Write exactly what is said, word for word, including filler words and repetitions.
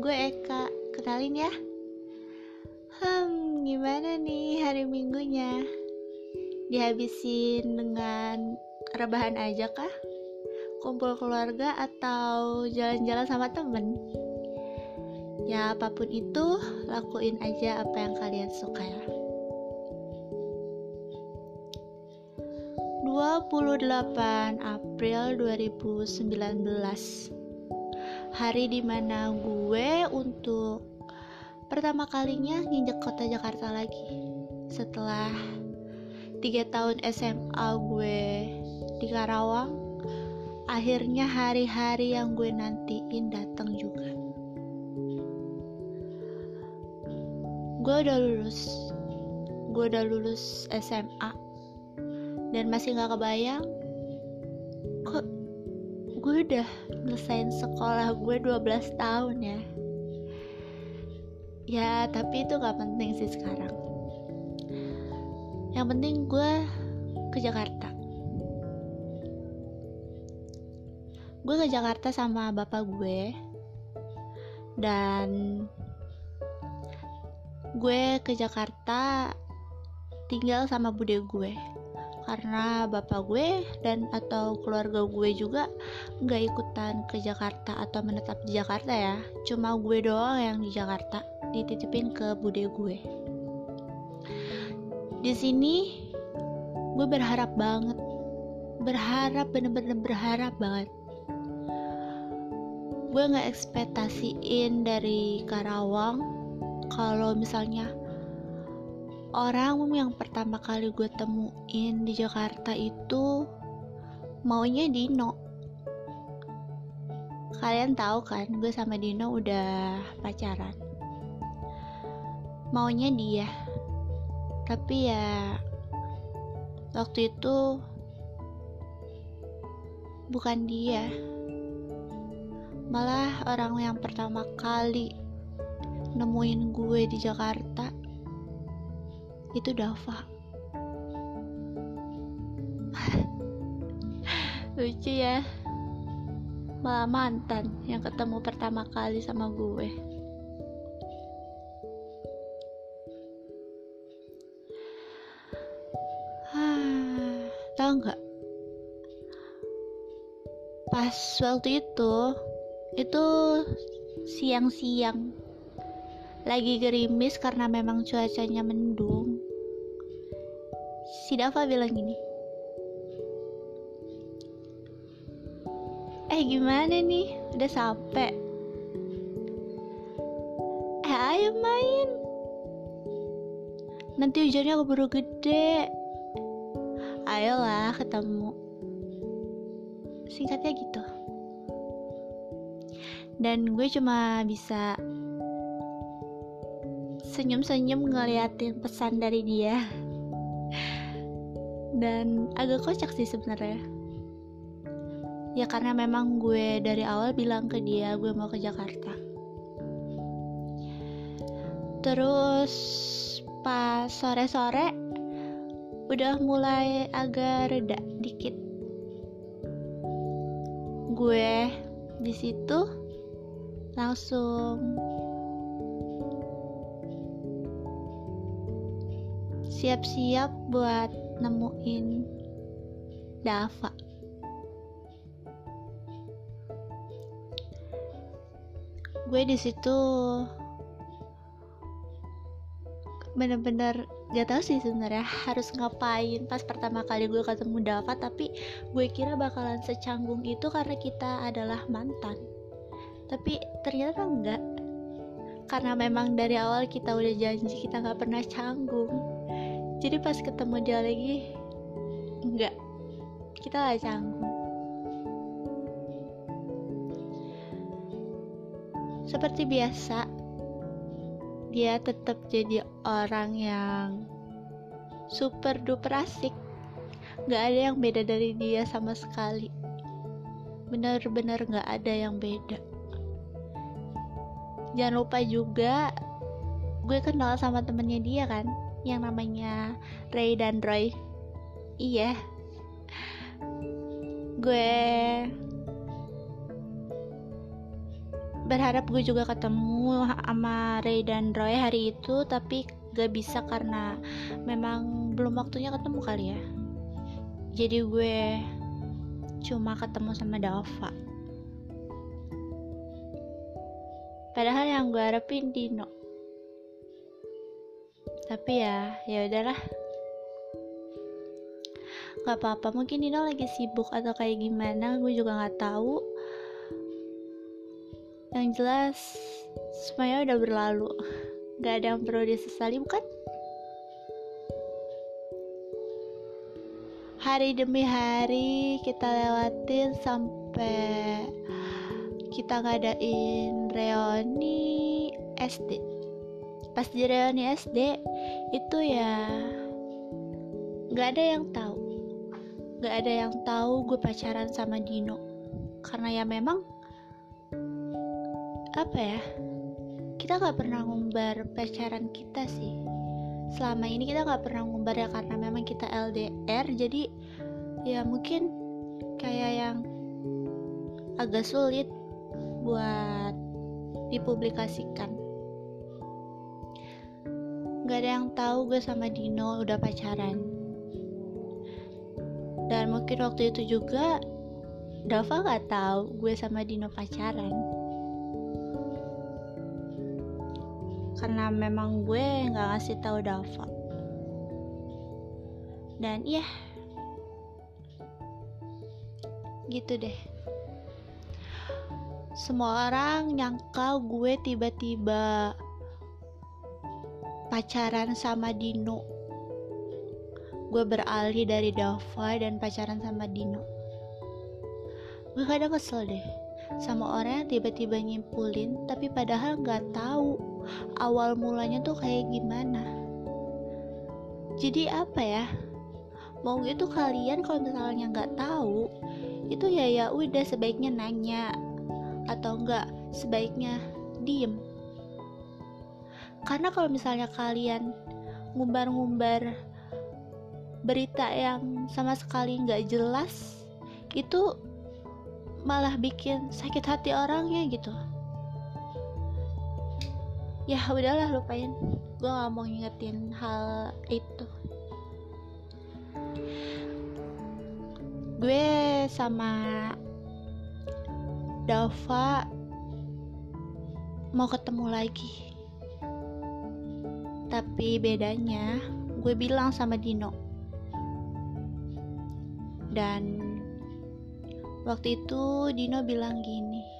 gue Eka, kenalin ya. Hmm, gimana nih hari minggunya? Dihabisin dengan rebahan aja kah? Kumpul keluarga atau jalan-jalan sama temen? Ya apapun itu, lakuin aja apa yang kalian suka ya. dua puluh delapan April dua ribu sembilan belas, hari dimana gue untuk pertama kalinya nginjek kota Jakarta lagi setelah tiga tahun S M A gue di Karawang. Akhirnya hari-hari yang gue nantiin datang juga. Gue udah lulus gue udah lulus S M A dan masih gak kebayang kok gue udah nyelesain sekolah gue dua belas tahun ya. Ya tapi itu gak penting sih sekarang. Yang penting gue ke Jakarta. Gue ke Jakarta sama bapak gue. Dan gue ke Jakarta tinggal sama bude gue. Karena bapak gue dan atau keluarga gue juga gak ikutan ke Jakarta atau menetap di Jakarta ya. Cuma gue doang yang di Jakarta, dititipin ke bude gue. Di sini gue berharap banget, berharap bener-bener berharap banget. Gue nggak ekspektasiin dari Karawang kalau misalnya orang yang pertama kali gue temuin di Jakarta itu maunya Dino. Kalian tahu kan, gue sama Dino udah pacaran. Maunya dia. Tapi ya waktu itu bukan dia. Malah orang yang pertama kali nemuin gue di Jakarta itu Dava. Lucu ya, malah mantan yang ketemu pertama kali sama gue. Tahu nggak? Pas waktu itu, itu siang-siang, lagi gerimis karena memang cuacanya mendung. Si Dava bilang gini, eh gimana nih, udah sampai? Eh ayo main, nanti hujannya keburu gede. Ayolah ketemu. Singkatnya gitu. Dan gue cuma bisa senyum-senyum ngeliatin pesan dari dia. Dan agak kocak sih sebenarnya. Ya karena memang gue dari awal bilang ke dia gue mau ke Jakarta. Terus pas sore-sore udah mulai agak reda dikit. Gue di situ langsung siap-siap buat nemuin Dava. Gue di situ bener-bener gak tahu sih sebenarnya harus ngapain pas pertama kali gue ketemu Dava, tapi gue kira bakalan secanggung itu karena kita adalah mantan. Tapi ternyata enggak. Karena memang dari awal kita udah janji kita gak pernah canggung. Jadi pas ketemu dia lagi, enggak, kita gak canggung. Seperti biasa, dia tetap jadi orang yang super duper asik. Gak ada yang beda dari dia sama sekali. Bener-bener gak ada yang beda. Jangan lupa juga gue kenal sama temennya dia kan, yang namanya Ray dan Roy. Iya, gue berharap gue juga ketemu sama Ray dan Roy hari itu, tapi gak bisa karena memang belum waktunya ketemu kali ya. Jadi gue cuma ketemu sama Dava. Padahal yang gue harapin Dino. Tapi ya, ya udahlah. Gak apa-apa, mungkin Dino lagi sibuk atau kayak gimana, gue juga nggak tahu. Yang jelas semuanya udah berlalu, gak ada yang perlu disesali, bukan? Hari demi hari kita lewatin sampai kita ngadain reuni S D. Pas di reuni S D itu ya gak ada yang tahu, gak ada yang tahu gue pacaran sama Dino, karena ya memang apa ya, kita gak pernah ngumbar pacaran kita sih. Selama ini kita gak pernah ngumbar ya, karena memang kita L D R. Jadi ya mungkin kayak yang agak sulit buat dipublikasikan. Gak ada yang tahu gue sama Dino udah pacaran. Dan mungkin waktu itu juga Dava gak tahu gue sama Dino pacaran, karena memang gue nggak ngasih tahu Dava. Dan iya, gitu deh. Semua orang nyangka gue tiba-tiba pacaran sama Dino. Gue beralih dari Dava dan pacaran sama Dino. Gue kadang kesel deh sama orang yang tiba-tiba nyimpulin, tapi padahal nggak tahu awal mulanya tuh kayak gimana. Jadi apa ya, mau gitu kalian kalau misalnya nggak tahu itu ya ya udah sebaiknya nanya, atau enggak sebaiknya diem. Karena kalau misalnya kalian ngumbar-ngumbar berita yang sama sekali nggak jelas, itu malah bikin sakit hati orangnya gitu. Ya udahlah, lupain, gue gak mau ngingetin hal itu. Gue sama Dava mau ketemu lagi, tapi bedanya gue bilang sama Dino. Dan waktu itu Dino bilang gini,